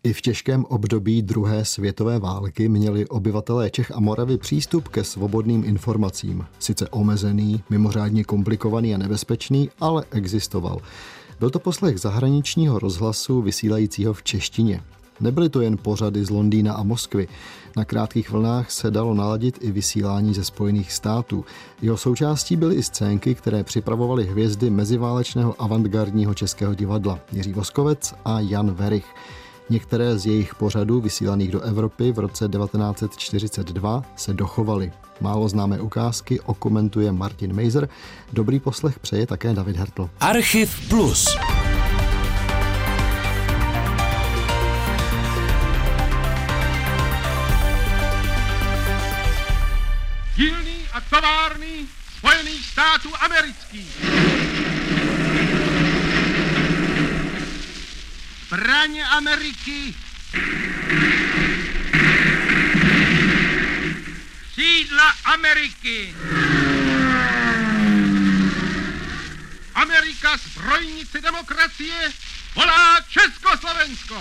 I v těžkém období druhé světové války měli obyvatelé Čech a Moravy přístup ke svobodným informacím. Sice omezený, mimořádně komplikovaný a nebezpečný, ale existoval. Byl to poslech zahraničního rozhlasu vysílajícího v češtině. Nebyly to jen pořady z Londýna a Moskvy. Na krátkých vlnách se dalo naladit i vysílání ze Spojených států. Jeho součástí byly i scénky, které připravovaly hvězdy meziválečného avantgardního českého divadla Jiří Voskovec a Jan Werich. Některé z jejich pořadů vysílaných do Evropy v roce 1942 se dochovaly. Málo známé ukázky okomentuje Martin Mejzer. Dobrý poslech přeje také David Hertl. Archiv Plus. Dílny a továrny Spojených států amerických. Zbraně Ameriky. Sídla Ameriky. Amerika, zbrojnice demokracie, volá Československo.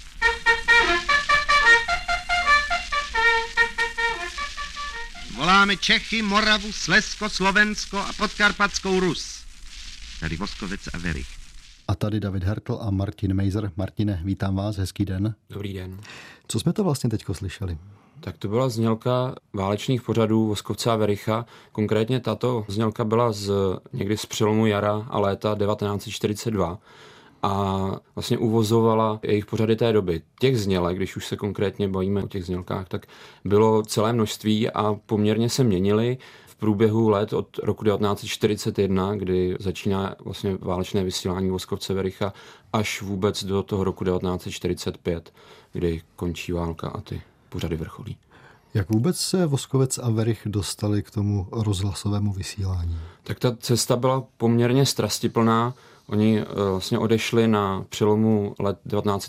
Voláme Čechy, Moravu, Slezsko, Slovensko a Podkarpatskou Rus. Tady Voskovec a Werich. A tady David Hertl a Martin Mejzer. Martine, vítám vás, hezký den. Dobrý den. Co jsme to vlastně teďko slyšeli? Tak to byla znělka válečných pořadů Voskovce a Wericha. Konkrétně tato znělka byla někdy z přelomu jara a léta 1942 a vlastně uvozovala jejich pořady té doby. Těch znělek, když už se konkrétně bavíme o těch znělkách, tak bylo celé množství a poměrně se měnily v průběhu let od roku 1941, kdy začíná vlastně válečné vysílání Voskovce Wericha, až vůbec do toho roku 1945, kdy končí válka a ty pořady vrcholí. Jak vůbec se Voskovec a Werich dostali k tomu rozhlasovému vysílání? Tak ta cesta byla poměrně strastiplná. Oni vlastně odešli na přelomu let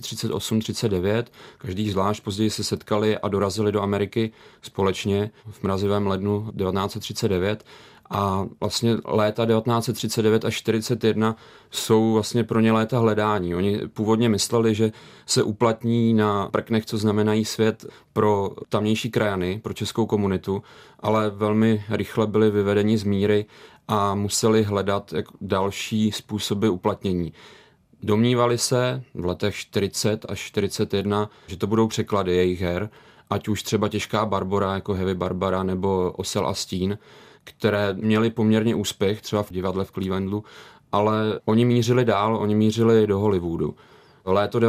1938-39, každý zvlášť, později se setkali a dorazili do Ameriky společně v mrazivém lednu 1939 a vlastně léta 1939 až 1941 jsou vlastně pro ně léta hledání. Oni původně mysleli, že se uplatní na prknech, co znamenají svět pro tamnější krajany, pro českou komunitu, ale velmi rychle byli vyvedeni z míry a museli hledat další způsoby uplatnění. Domnívali se v letech 40 až 41, že to budou překlady jejich her, ať už třeba Těžká Barbora jako Heavy Barbara nebo Osel a stín, které měly poměrně úspěch třeba v divadle v Clevelandu, ale oni mířili dál, oni mířili do Hollywoodu. Léto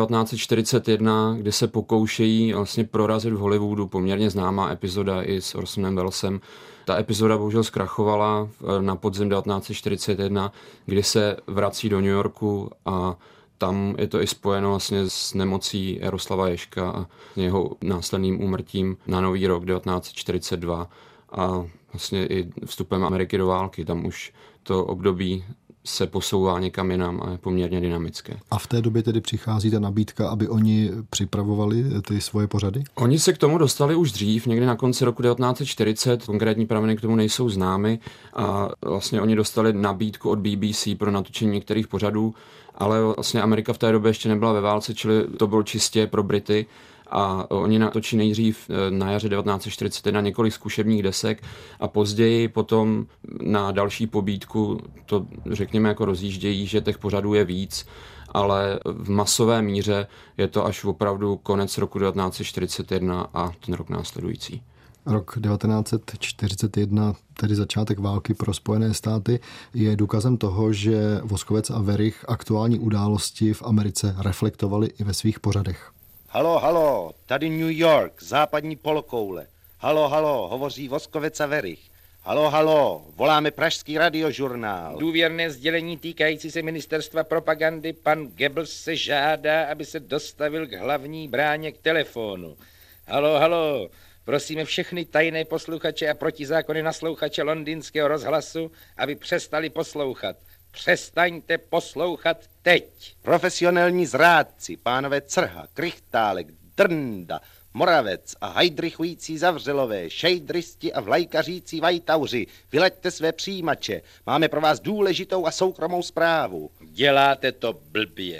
1941, kdy se pokoušejí vlastně prorazit v Hollywoodu, poměrně známá epizoda i s Orsonem Wellesem. Ta epizoda bohužel zkrachovala na podzim 1941, kdy se vrací do New Yorku a tam je to i spojeno vlastně s nemocí Jaroslava Ježka a jeho následným úmrtím na Nový rok 1942 a vlastně i vstupem Ameriky do války. Tam už to období se posouvá někam jinam a je poměrně dynamické. A v té době tedy přichází ta nabídka, aby oni připravovali ty svoje pořady? Oni se k tomu dostali už dřív, někdy na konci roku 1940, konkrétní prameny k tomu nejsou známy a vlastně oni dostali nabídku od BBC pro natočení některých pořadů, ale vlastně Amerika v té době ještě nebyla ve válce, čili to bylo čistě pro Brity. A oni natočí nejdřív na jaře 1941 několik zkušebních desek a později potom na další pobídku to řekněme jako rozjíždějí, že těch pořadů je víc, ale v masové míře je to až opravdu konec roku 1941 a ten rok následující. Rok 1941, tedy začátek války pro Spojené státy, je důkazem toho, že Voskovec a Werich aktuální události v Americe reflektovali i ve svých pořadech. Halo, halo, tady New York, západní polokoule. Halo, halo, hovoří Voskovec a Werich. Halo, halo, voláme pražský radiožurnál. Důvěrné sdělení týkající se ministerstva propagandy, pan Goebbels se žádá, aby se dostavil k hlavní bráně k telefonu. Halo, halo, prosíme všechny tajné posluchače a protizákonné naslouchače londýnského rozhlasu, aby přestali poslouchat. Přestaňte poslouchat teď. Profesionální zrádci, pánové Crha, Krychtálek, Drnda, Moravec a hajdrychující zavřelové, šejdristi a vlajkařící vajtauři, vylaďte své přijímače. Máme pro vás důležitou a soukromou zprávu. Děláte to blbě.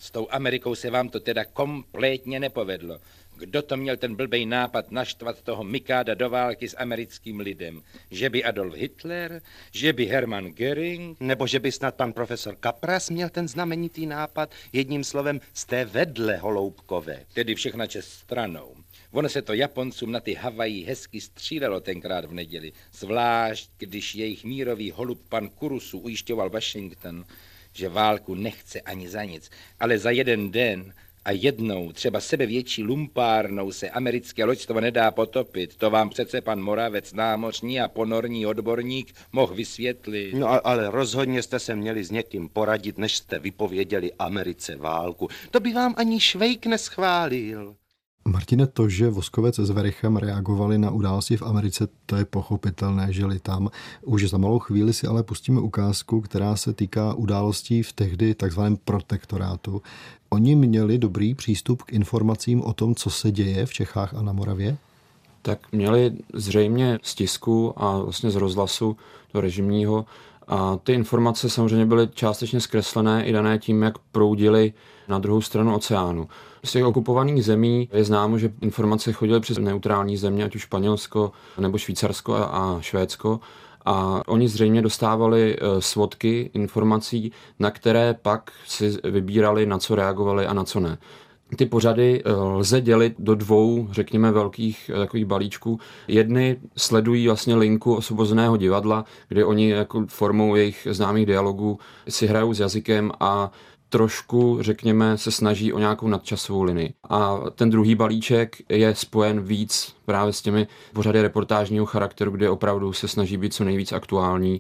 S tou Amerikou se vám to teda kompletně nepovedlo. Kdo to měl ten blbej nápad naštvat toho Mikáda do války s americkým lidem? Že by Adolf Hitler? Že by Hermann Göring? Nebo že by snad pan profesor Kapras měl ten znamenitý nápad? Jedním slovem, jste vedle Holoubkové. Tedy všechna čest stranou. Ono se to Japoncům na ty Havaji hezky střílelo tenkrát v neděli. Zvlášť, když jejich mírový holub pan Kurusu ujišťoval Washington, že válku nechce ani za nic, ale za jeden den a jednou, třeba sebevětší lumpárnou se americké loďstvo nedá potopit. To vám přece pan Moravec, námořní a ponorní odborník, mohl vysvětlit. No ale rozhodně jste se měli s někým poradit, než jste vypověděli Americe válku. To by vám ani Švejk neschválil. Martine, to, že Voskovec s Werichem reagovali na události v Americe, to je pochopitelné, žili tam. Už za malou chvíli si ale pustíme ukázku, která se týká událostí v tehdy takzvaném protektorátu. Oni měli dobrý přístup k informacím o tom, co se děje v Čechách a na Moravě? Tak měli zřejmě z tisku a vlastně z rozhlasu toho režimního. A ty informace samozřejmě byly částečně zkreslené i dané tím, jak proudily na druhou stranu oceánu. Z těch okupovaných zemí je známo, že informace chodily přes neutrální země, ať už Španělsko nebo Švýcarsko a Švédsko. A oni zřejmě dostávali svodky informací, na které pak si vybírali, na co reagovali a na co ne. Ty pořady lze dělit do dvou, řekněme, velkých takových balíčků. Jedny sledují vlastně linku Osvobozeného divadla, kde oni jako formou jejich známých dialogů si hrajou s jazykem a trošku, řekněme, se snaží o nějakou nadčasovou linii. A ten druhý balíček je spojen víc právě s těmi pořady reportážního charakteru, kde opravdu se snaží být co nejvíc aktuální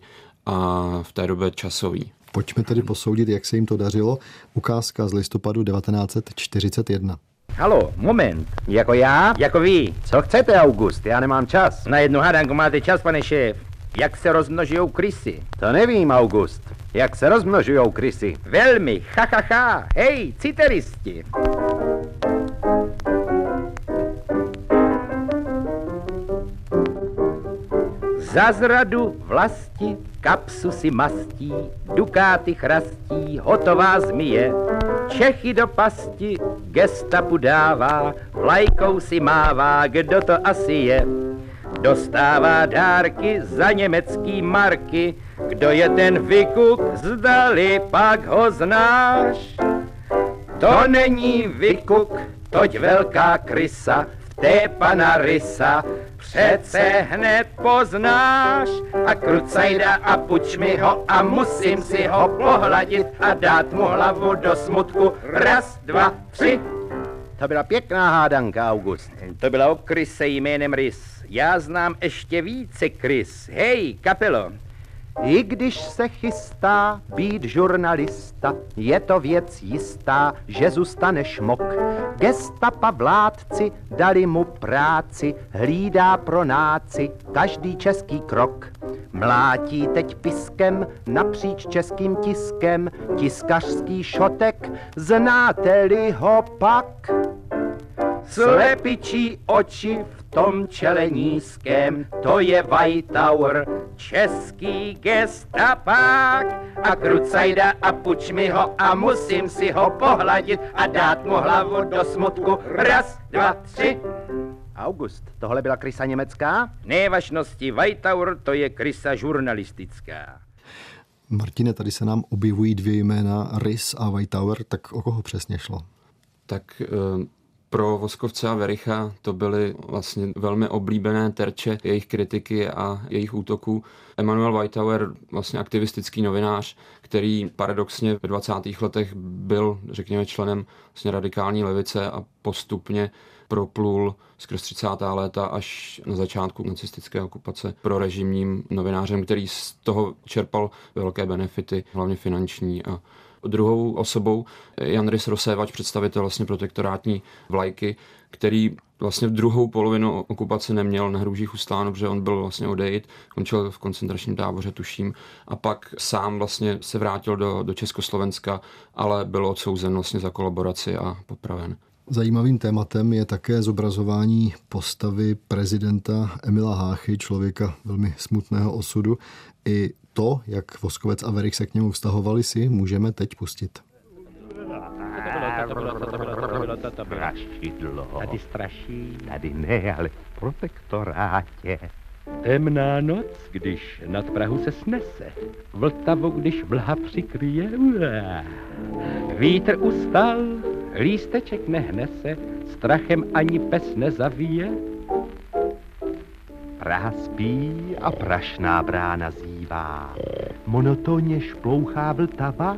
a v té době časový. Pojďme tedy posoudit, jak se jim to dařilo. Ukázka z listopadu 1941. Halo, moment. Jako já? Jako vy. Co chcete, August? Já nemám čas. Na jednu hádanku máte čas, pane šéf. Jak se rozmnožujou krysy? To nevím, August. Jak se rozmnožujou krysy? Velmi, ha. Hej, citeristi. Za zradu vlasti, kapsu si mastí, dukáty chrastí, hotová zmije. Čechy do pasti, gestapu dává, vlajkou si mává, kdo to asi je. Dostává dárky za německý marky, kdo je ten vykuk, zdali pak ho znáš. To není vykuk, toť velká krysa, v té pana rysa, přece hned poznáš. A krucajda a puč mi ho a musím si ho pohladit a dát mu hlavu do smutku. Raz, dva, tři. To byla pěkná hádanka, August. To byla o kryse jménem Rys. Já znám ještě více krys. Hej, kapelo. I když se chystá být žurnalista, je to věc jistá, že zůstane šmok. Gestapa vládci dali mu práci, hlídá pro náci každý český krok. Mlátí teď piskem napříč českým tiskem, tiskařský šotek, znáte-li ho pak? Slepičí oči v tom čele nízkém, to je Whitehauer, český gestapák. A krucajda a puč mi ho a musím si ho pohladit a dát mu hlavu do smutku. Raz, dva, tři. August, tohle byla krysa německá? Ne, vašnosti, Whitehauer, to je krysa žurnalistická. Martine, tady se nám objevují dvě jména, Rys a Whitehauer, tak o koho přesně šlo? Tak pro Voskovce a Wericha to byly vlastně velmi oblíbené terče jejich kritiky a jejich útoků. Emanuel Whitehauer, vlastně aktivistický novinář, který paradoxně ve 20. letech byl, řekněme, členem vlastně radikální levice a postupně proplul skrz 30. léta až na začátku nacistické okupace pro režimním novinářem, který z toho čerpal velké benefity, hlavně finanční. A druhou osobou Jan Rys Rosévač, představitel vlastně protektorátní vlajky, který vlastně v druhou polovinu okupace neměl na hrůžích ustáno, protože on byl vlastně odejít, končil v koncentračním táboře, tuším, a pak sám vlastně se vrátil do Československa, ale byl odsouzen vlastně za kolaboraci a popraven. Zajímavým tématem je také zobrazování postavy prezidenta Emila Háchy, člověka velmi smutného osudu. I to, jak Voskovec a Werich se k němu vztahovali, si můžeme teď pustit. Strašidlo. Tady straší. Tady ne, ale v protektorátě. Temná noc, když nad Prahu se snese, Vltavu, když vlha přikryje, vítr ustal, lísteček nehne se, strachem ani pes nezavíje. Praha spí a prašná brána zívá, monotónně šplouchá Vltava.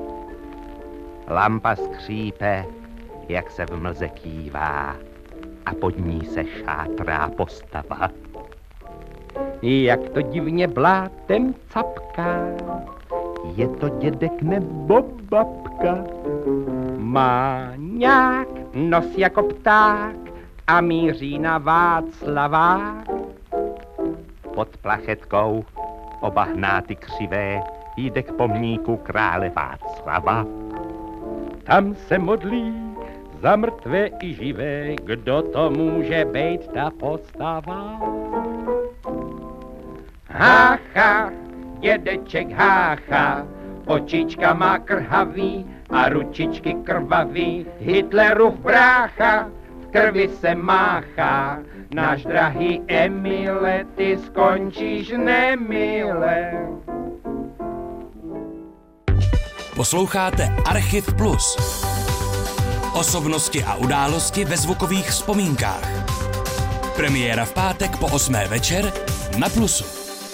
Lampa skřípe, jak se v mlze kývá, a pod ní se šátrá postava. Jak to divně blátem capká, je to dědek nebo babka. Má nějak nos jako pták a míří na Václavák. Pod plachetkou oba hnáty křivé jde k pomníku krále Václava. Tam se modlí za mrtvé i živé, kdo to může být ta postava. Hácha, dědeček hácha, očička má krhavý a ručičky krvavý, Hitlerův brácha, v krvi se máchá, náš drahý Emile, ty skončíš nemile. Posloucháte Archiv Plus. Osobnosti a události ve zvukových vzpomínkách. Premiéra v pátek po 8. večer na Plusu.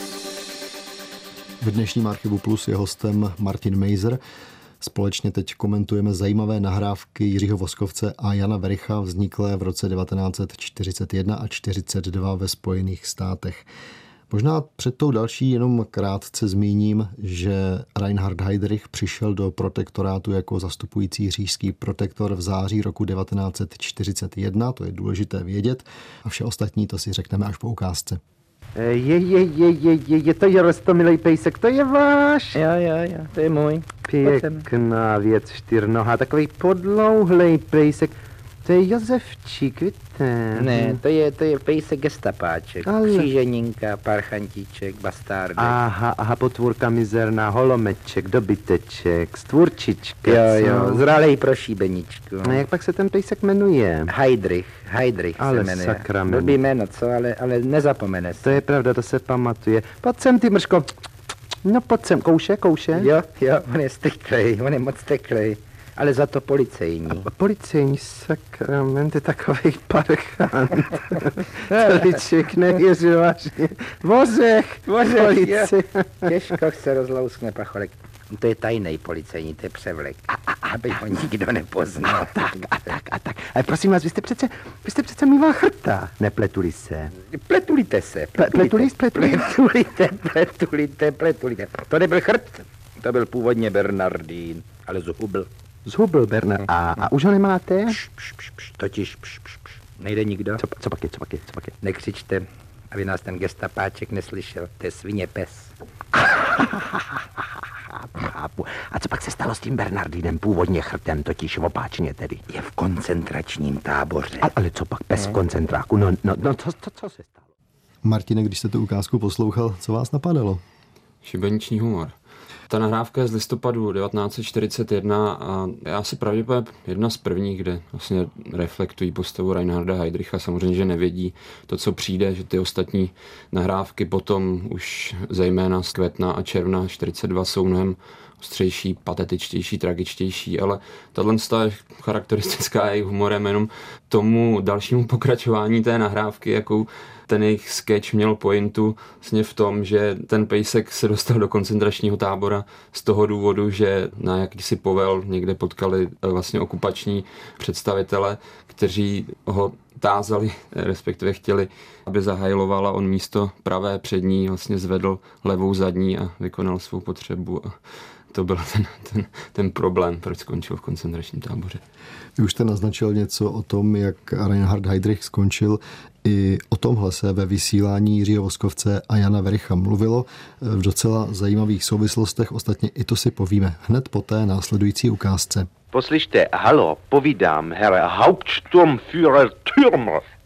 V dnešním Archivu Plus je hostem Martin Mejzer. Společně teď komentujeme zajímavé nahrávky Jiřího Voskovce a Jana Wericha vzniklé v roce 1941 a 1942 ve Spojených státech. Možná před tou další jenom krátce zmíním, že Reinhard Heydrich přišel do protektorátu jako zastupující říšský protektor v září roku 1941, to je důležité vědět, a vše ostatní to si řekneme až po ukázce. Je to Rostomilej pejsek, to je váš. Jo, to je můj. Pěkná věc, čtyřnohá, takový podlouhlej pejsek. To je Josefčík, víte? Ne, to je pejsek gestapáček, kříženinka, parchantíček, bastárdy. Aha, potvůrka mizerná, holomeček, dobyteček, stvůrčička. Jo, zralej pro šíbeničku. A jak pak se ten pejsek jmenuje? Heydrich ale se jmenuje. Sakrament. Blbý jméno, co, ale nezapomene se. To je pravda, to se pamatuje. Pojď sem, ty mrško. No pojď sem, kouše. Jo, on je styklej, on je moc styklej. Ale za to policejní. Policejní, sakrament, je takovej parchant. Toliček nevěřil vážně. Vozech, policie. Těžko se rozlouskne pacholek. To je tajnej policejní, to je převlek. Aby ho nikdo nepoznal. A tak. Ale prosím vás, vy jste přece mývá chrta. Nepletuli se. Pletulite se. Pletulite. To nebyl chrt, to byl původně Bernardín, ale Zhubl Bernard. A už ho nemáte? Totiž nejde nikdo. Co pak je? Nekřičte, aby nás ten gestapáček neslyšel. To je svině pes. A co pak se stalo s tím Bernardinem, původně chrtem, totiž opáčně tedy? Je v koncentračním táboře. Ale co pak bez koncentráku? No, co se stalo? Martine, když jste tu ukázku poslouchal, co vás napadalo? Šibeniční humor. Ta nahrávka je z listopadu 1941 a je asi pravděpodobně jedna z prvních, kde vlastně reflektují postavu Reinharda Heydricha. Samozřejmě, že nevědí to, co přijde, že ty ostatní nahrávky potom už zejména z května a června 1942 jsou mnohem ostřejší, patetičtější, tragičtější, ale tahle je charakteristická jejich humorem jenom tomu dalšímu pokračování té nahrávky, jakou ten jejich sketch měl pointu vlastně v tom, že ten pejsek se dostal do koncentračního tábora z toho důvodu, že na jakýsi povel někde potkali vlastně okupační představitele, kteří ho tázali, respektive chtěli, aby zahajloval a on místo pravé přední vlastně zvedl levou zadní a vykonal svou potřebu a to byl ten problém, proč skončil v koncentračním táboře. Vy už jste naznačil něco o tom, jak Reinhard Heydrich skončil. I o tomhle se ve vysílání Jiřího Voskovce a Jana Wericha mluvilo v docela zajímavých souvislostech. Ostatně i to si povíme hned po té následující ukázce. Poslyšte, halo, povídám, Herr Hauptsturmführer Türmer.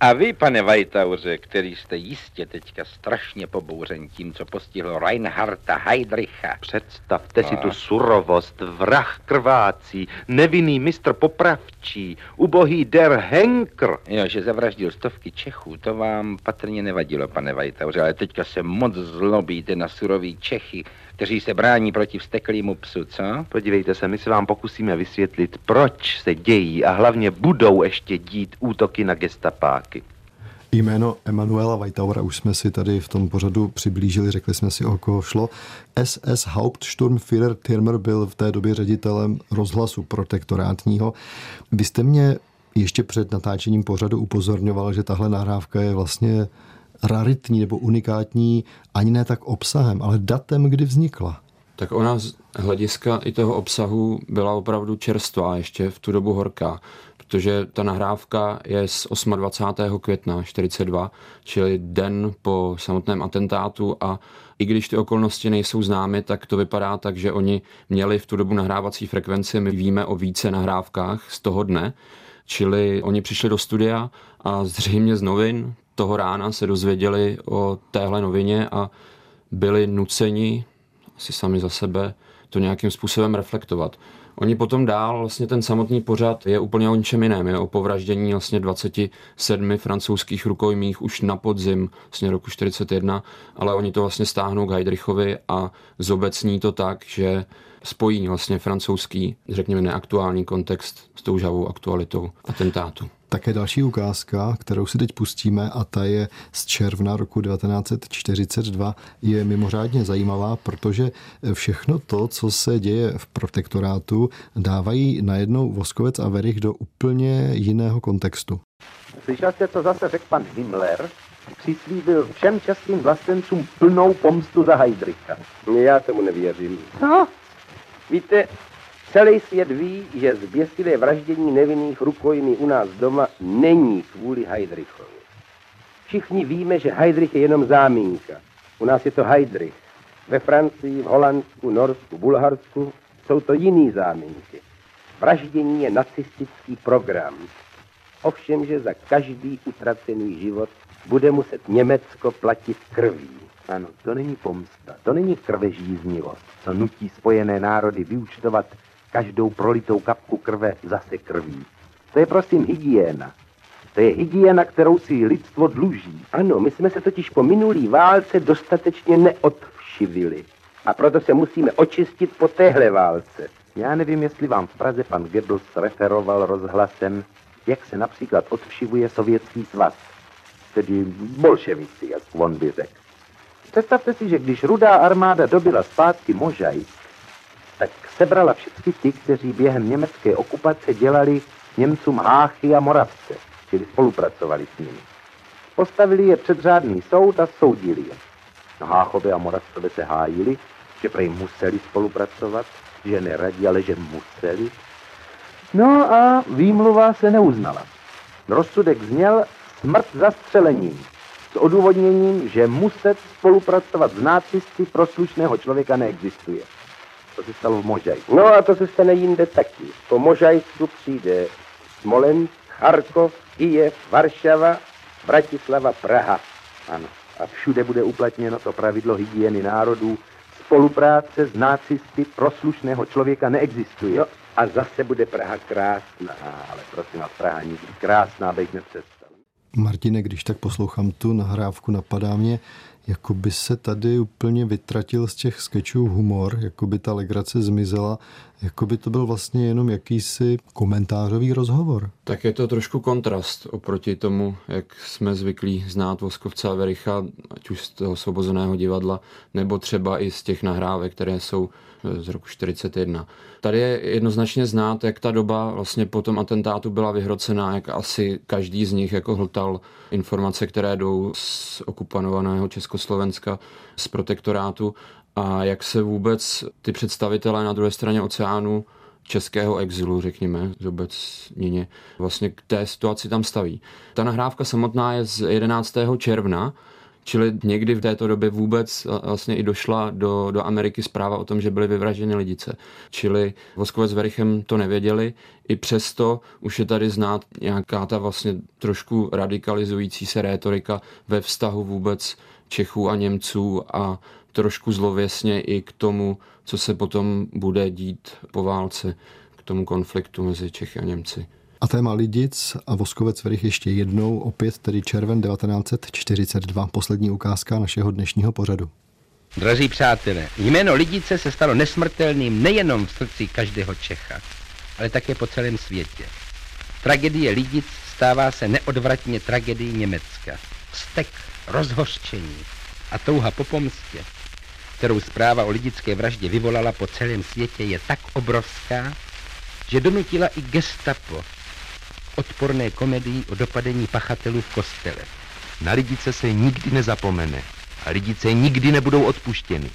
A vy, pane Vajtauře, který jste jistě teďka strašně pobouřen tím, co postihlo Reinharda Heydricha. Představte si tu surovost, vrah krvácí, nevinný mistr popravčí, ubohý der Henker. Jo, že zavraždil stovky Čechů, to vám patrně nevadilo, pane Vajtauře, ale teďka se moc zlobíte na surový Čechy, kteří se brání proti vzteklýmu psu, co? Podívejte se, my se vám pokusíme vysvětlit, proč se dějí a hlavně budou ještě dít útoky na gestapáky. Jméno Emanuela Vajtaura už jsme si tady v tom pořadu přiblížili, řekli jsme si, o koho šlo. SS Hauptsturmführer Thürmer byl v té době ředitelem rozhlasu protektorátního. Vy jste mě ještě před natáčením pořadu upozorňoval, že tahle nahrávka je vlastně raritní nebo unikátní ani ne tak obsahem, ale datem, kdy vznikla. Tak ona z hlediska i toho obsahu byla opravdu čerstvá, ještě v tu dobu horká, protože ta nahrávka je z 28. května 42, čili den po samotném atentátu, a i když ty okolnosti nejsou známy, tak to vypadá tak, že oni měli v tu dobu nahrávací frekvenci, my víme o více nahrávkách z toho dne, čili oni přišli do studia a zřejmě z novin toho rána se dozvěděli o téhle novině a byli nuceni asi sami za sebe to nějakým způsobem reflektovat. Oni potom dál, vlastně ten samotný pořad je úplně o ničem jiném, je o povraždění vlastně 27 francouzských rukojmích už na podzim vlastně roku 41, ale oni to vlastně stáhnou k Heydrichovi a zobecní to tak, že spojí vlastně francouzský, řekněme neaktuální kontext s tou žhavou aktualitou atentátu. Také další ukázka, kterou si teď pustíme, a ta je z června roku 1942, je mimořádně zajímavá, protože všechno to, co se děje v protektorátu, dávají najednou Voskovec a Werich do úplně jiného kontextu. Slyšel jste, co zase řekl pan Himmler? Přislíbil všem českým vlastencům plnou pomstu za Heydricha. Já tomu nevěřím. Co? Víte, celý svět ví, že zběsilé vraždění nevinných rukojmí u nás doma není kvůli Heydrichovi. Všichni víme, že Heydrich je jenom zámínka. U nás je to Heydrich. Ve Francii, v Holandsku, Norsku, Bulharsku jsou to jiný zámínky. Vraždění je nacistický program. Ovšem, že za každý utracený život bude muset Německo platit krví. Ano, to není pomsta, to není krvežíznivost, co nutí Spojené národy vyúčtovat každou prolitou kapku krve zase krví. To je prosím hygiena. To je hygiena, kterou si lidstvo dluží. Ano, my jsme se totiž po minulý válce dostatečně neodvšivili. A proto se musíme očistit po téhle válce. Já nevím, jestli vám v Praze pan Goebbels referoval rozhlasem, jak se například odvšivuje Sovětský svaz. Tedy bolševici, jak on by řekl. Představte si, že když Rudá armáda dobila zpátky Možajsk, tak sebrala všechny ty, kteří během německé okupace dělali Němcům Háchy a Moravce, čili spolupracovali s nimi. Postavili je před řádný soud a soudili je. No Háchové a Moravcové se hájili, že prej museli spolupracovat, že neradí, ale že museli. No a výmluva se neuznala. Rozsudek zněl smrt zastřelením, s odůvodněním, že muset spolupracovat s nacisty pro slušného člověka neexistuje. To se stalo v Možajsku. No a to se stane jinde taky. Po Možajsku přijde Smolensk, Charkov, Kyjev, Varšava, Bratislava, Praha. Ano. A všude bude uplatněno to pravidlo hygieny národů. Spolupráce s nacisty pro slušného člověka neexistuje. No a zase bude Praha krásná. Ale prosím vás, Praha nikdy krásná bych nepředstavil. Martine, když tak poslouchám tu nahrávku, napadá mě, jako by se tady úplně vytratil z těch skečů humor, jako by ta legrace zmizela, jako by to byl vlastně jenom jakýsi komentářový rozhovor. Tak je to trošku kontrast oproti tomu, jak jsme zvyklí znát Voskovce a Wericha, ať už z toho Svobozeného divadla, nebo třeba i z těch nahrávek, které jsou z roku 41. Tady je jednoznačně znát, jak ta doba vlastně po tom atentátu byla vyhrocená, jak asi každý z nich jako hltal informace, které jdou z okupovaného Československa, z protektorátu, a jak se vůbec ty představitelé na druhé straně oceánu českého exilu, řekněme, zobecněně, vlastně k té situaci tam staví. Ta nahrávka samotná je z 11. června, Čili někdy v této době vůbec vlastně i došla do Ameriky zpráva o tom, že byly vyvražděny Lidice. Čili Voskovec s Werichem to nevěděli, i přesto už je tady znát nějaká ta vlastně trošku radikalizující se rétorika ve vztahu vůbec Čechů a Němců a trošku zlověsně i k tomu, co se potom bude dít po válce, k tomu konfliktu mezi Čechy a Němci. A téma Lidic a Voskovec Werich ještě jednou, opět tedy červen 1942, poslední ukázka našeho dnešního pořadu. Drazí přátelé, jméno Lidice se stalo nesmrtelným nejenom v srdci každého Čecha, ale také po celém světě. Tragédie Lidic stává se neodvratně tragédií Německa. Vztek, rozhořčení a touha po pomstě, kterou zpráva o lidické vraždě vyvolala po celém světě, je tak obrovská, že donutila i gestapo odporné komedii o dopadení pachatelů v kostele. Na Lidice se nikdy nezapomene a Lidice nikdy nebudou odpuštěny.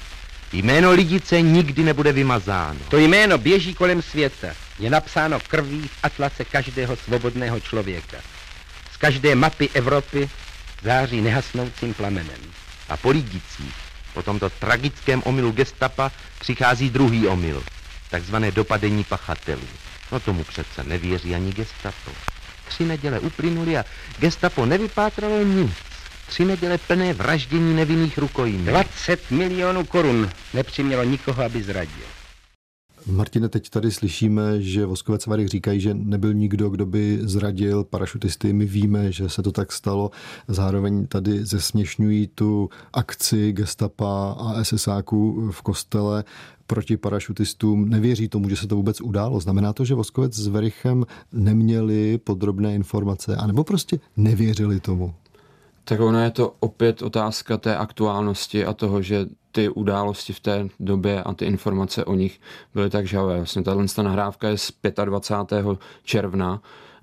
Jméno Lidice nikdy nebude vymazáno. To jméno běží kolem světa. Je napsáno krví v atlase každého svobodného člověka. Z každé mapy Evropy září nehasnoucím plamenem. A po Lidicích, po tomto tragickém omylu gestapa, přichází druhý omyl, takzvané dopadení pachatelů. No tomu přece nevěří ani gestapo. 3 neděle uplynuly a gestapo nevypátralo nic. 3 neděle plné vraždění nevinných rukojmí. 20 milionů korun nepřimělo nikoho, aby zradil. Martine, teď tady slyšíme, že Voskovec a Werich říkají, že nebyl nikdo, kdo by zradil parašutisty. My víme, že se to tak stalo. Zároveň tady zesměšňují tu akci gestapa a SSáků v kostele proti parašutistům. Nevěří tomu, že se to vůbec událo. Znamená to, že Voskovec s Werichem neměli podrobné informace, anebo prostě nevěřili tomu? Tak ono je to opět otázka té aktuálnosti a toho, že ty události v té době a ty informace o nich byly tak žhavé. Vlastně tato nahrávka je z 25. června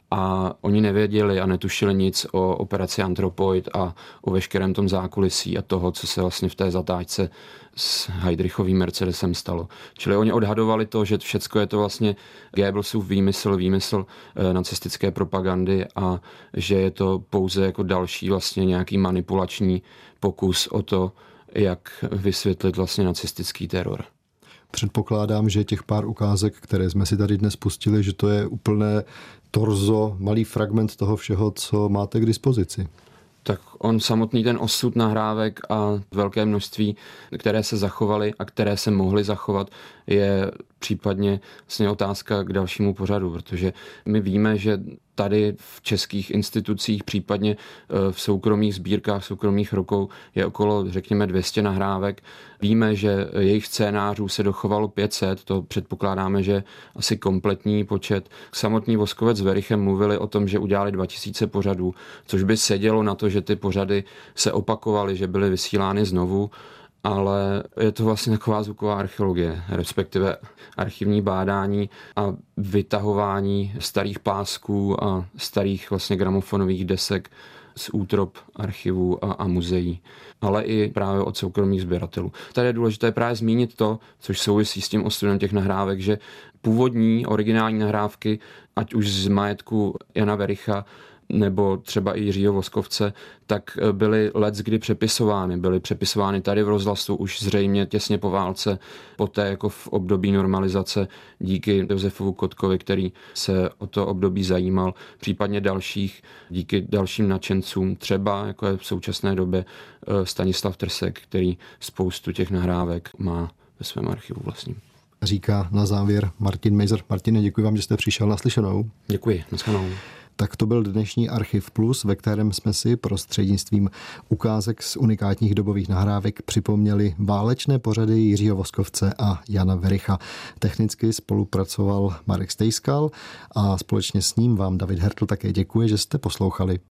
a oni nevěděli a netušili nic o operaci Anthropoid a o veškerém tom zákulisí a toho, co se vlastně v té zatáčce s Heydrichovým Mercedesem stalo. Čili oni odhadovali to, že všecko je to vlastně Goebbelsův výmysl nacistické propagandy a že je to pouze jako další vlastně nějaký manipulační pokus o to, jak vysvětlit vlastně nacistický teror. Předpokládám, že těch pár ukázek, které jsme si tady dnes pustili, že to je úplné torzo, malý fragment toho všeho, co máte k dispozici. Tak on samotný ten osud nahrávek a velké množství, které se zachovaly a které se mohly zachovat, je případně vlastně otázka k dalšímu pořadu, protože my víme, že tady v českých institucích, případně v soukromých sbírkách, soukromých rukou je okolo, řekněme, 200 nahrávek. Víme, že jejich scénářů se dochovalo 500, to předpokládáme, že asi kompletní počet. Samotný Voskovec s Werichem mluvili o tom, že udělali 2000 pořadů, což by sedělo na to, že ty pořady se opakovaly, že byly vysílány znovu, ale je to vlastně taková zvuková archeologie, respektive archivní bádání a vytahování starých pásků a starých vlastně gramofonových desek z útrop archivů a muzeí, ale i právě od soukromých sběratelů. Tady je důležité právě zmínit to, což souvisí s tím ostudem těch nahrávek, že původní originální nahrávky, ať už z majetku Jana Wericha, nebo třeba i Jiřího Voskovce, tak byly leckdy přepisovány. Byly přepisovány tady v rozhlasu už zřejmě těsně po válce, poté jako v období normalizace díky Josefu Kotkovi, který se o to období zajímal, případně dalších, díky dalším nadšencům, třeba jako je v současné době Stanislav Trsek, který spoustu těch nahrávek má ve svém archivu vlastním. Říká na závěr Martin Mejzer. Martine, děkuji vám, že jste přišel. Naslyšenou. Děkuji, naschledanou. Tak to byl dnešní Archiv Plus, ve kterém jsme si prostřednictvím ukázek z unikátních dobových nahrávek připomněli válečné pořady Jiřího Voskovce a Jana Wericha. Technicky spolupracoval Marek Stejskal a společně s ním vám David Hertl také děkuje, že jste poslouchali.